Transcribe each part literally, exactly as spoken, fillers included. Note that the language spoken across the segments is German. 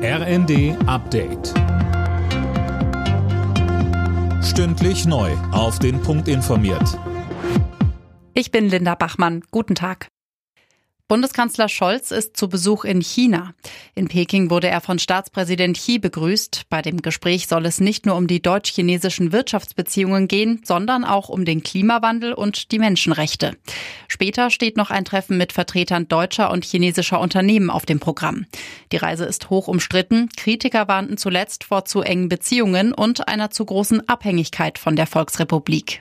R N D Update. Stündlich neu auf den Punkt informiert. Ich bin Linda Bachmann. Guten Tag. Bundeskanzler Scholz ist zu Besuch in China. In Peking wurde er von Staatspräsident Xi begrüßt. Bei dem Gespräch soll es nicht nur um die deutsch-chinesischen Wirtschaftsbeziehungen gehen, sondern auch um den Klimawandel und die Menschenrechte. Später steht noch ein Treffen mit Vertretern deutscher und chinesischer Unternehmen auf dem Programm. Die Reise ist hoch umstritten. Kritiker warnten zuletzt vor zu engen Beziehungen und einer zu großen Abhängigkeit von der Volksrepublik.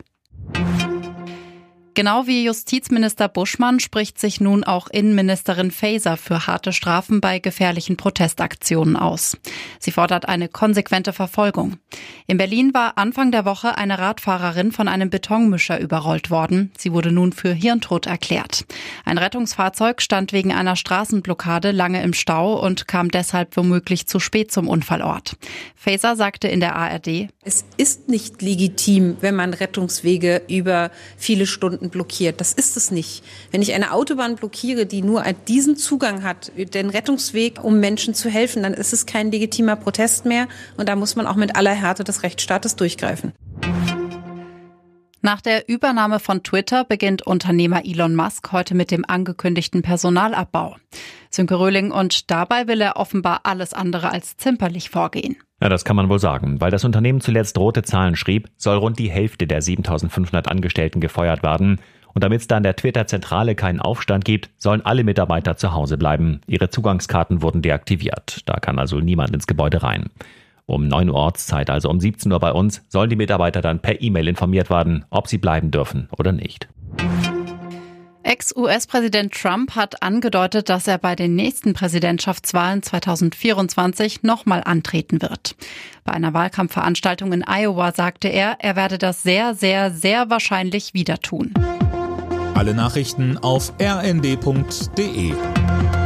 Genau wie Justizminister Buschmann spricht sich nun auch Innenministerin Faeser für harte Strafen bei gefährlichen Protestaktionen aus. Sie fordert eine konsequente Verfolgung. In Berlin war Anfang der Woche eine Radfahrerin von einem Betonmischer überrollt worden. Sie wurde nun für Hirntod erklärt. Ein Rettungsfahrzeug stand wegen einer Straßenblockade lange im Stau und kam deshalb womöglich zu spät zum Unfallort. Faeser sagte in der A R D: Es ist nicht legitim, wenn man Rettungswege über viele Stunden blockiert. Das ist es nicht. Wenn ich eine Autobahn blockiere, die nur diesen Zugang hat, den Rettungsweg, um Menschen zu helfen, dann ist es kein legitimer Protest mehr. Und da muss man auch mit aller Härte des Rechtsstaates durchgreifen. Nach der Übernahme von Twitter beginnt Unternehmer Elon Musk heute mit dem angekündigten Personalabbau. Sönke Röhling, und dabei will er offenbar alles andere als zimperlich vorgehen. Ja, das kann man wohl sagen. Weil das Unternehmen zuletzt rote Zahlen schrieb, soll rund die Hälfte der siebentausendfünfhundert Angestellten gefeuert werden. Und damit es da in der Twitter-Zentrale keinen Aufstand gibt, sollen alle Mitarbeiter zu Hause bleiben. Ihre Zugangskarten wurden deaktiviert. Da kann also niemand ins Gebäude rein. Um neun Uhr Ortszeit, also um siebzehn Uhr bei uns, sollen die Mitarbeiter dann per E-Mail informiert werden, ob sie bleiben dürfen oder nicht. Ex-U S-Präsident Trump hat angedeutet, dass er bei den nächsten Präsidentschaftswahlen zweitausendvierundzwanzig nochmal antreten wird. Bei einer Wahlkampfveranstaltung in Iowa sagte er, er werde das sehr, sehr, sehr wahrscheinlich wieder tun. Alle Nachrichten auf r n d punkt d e.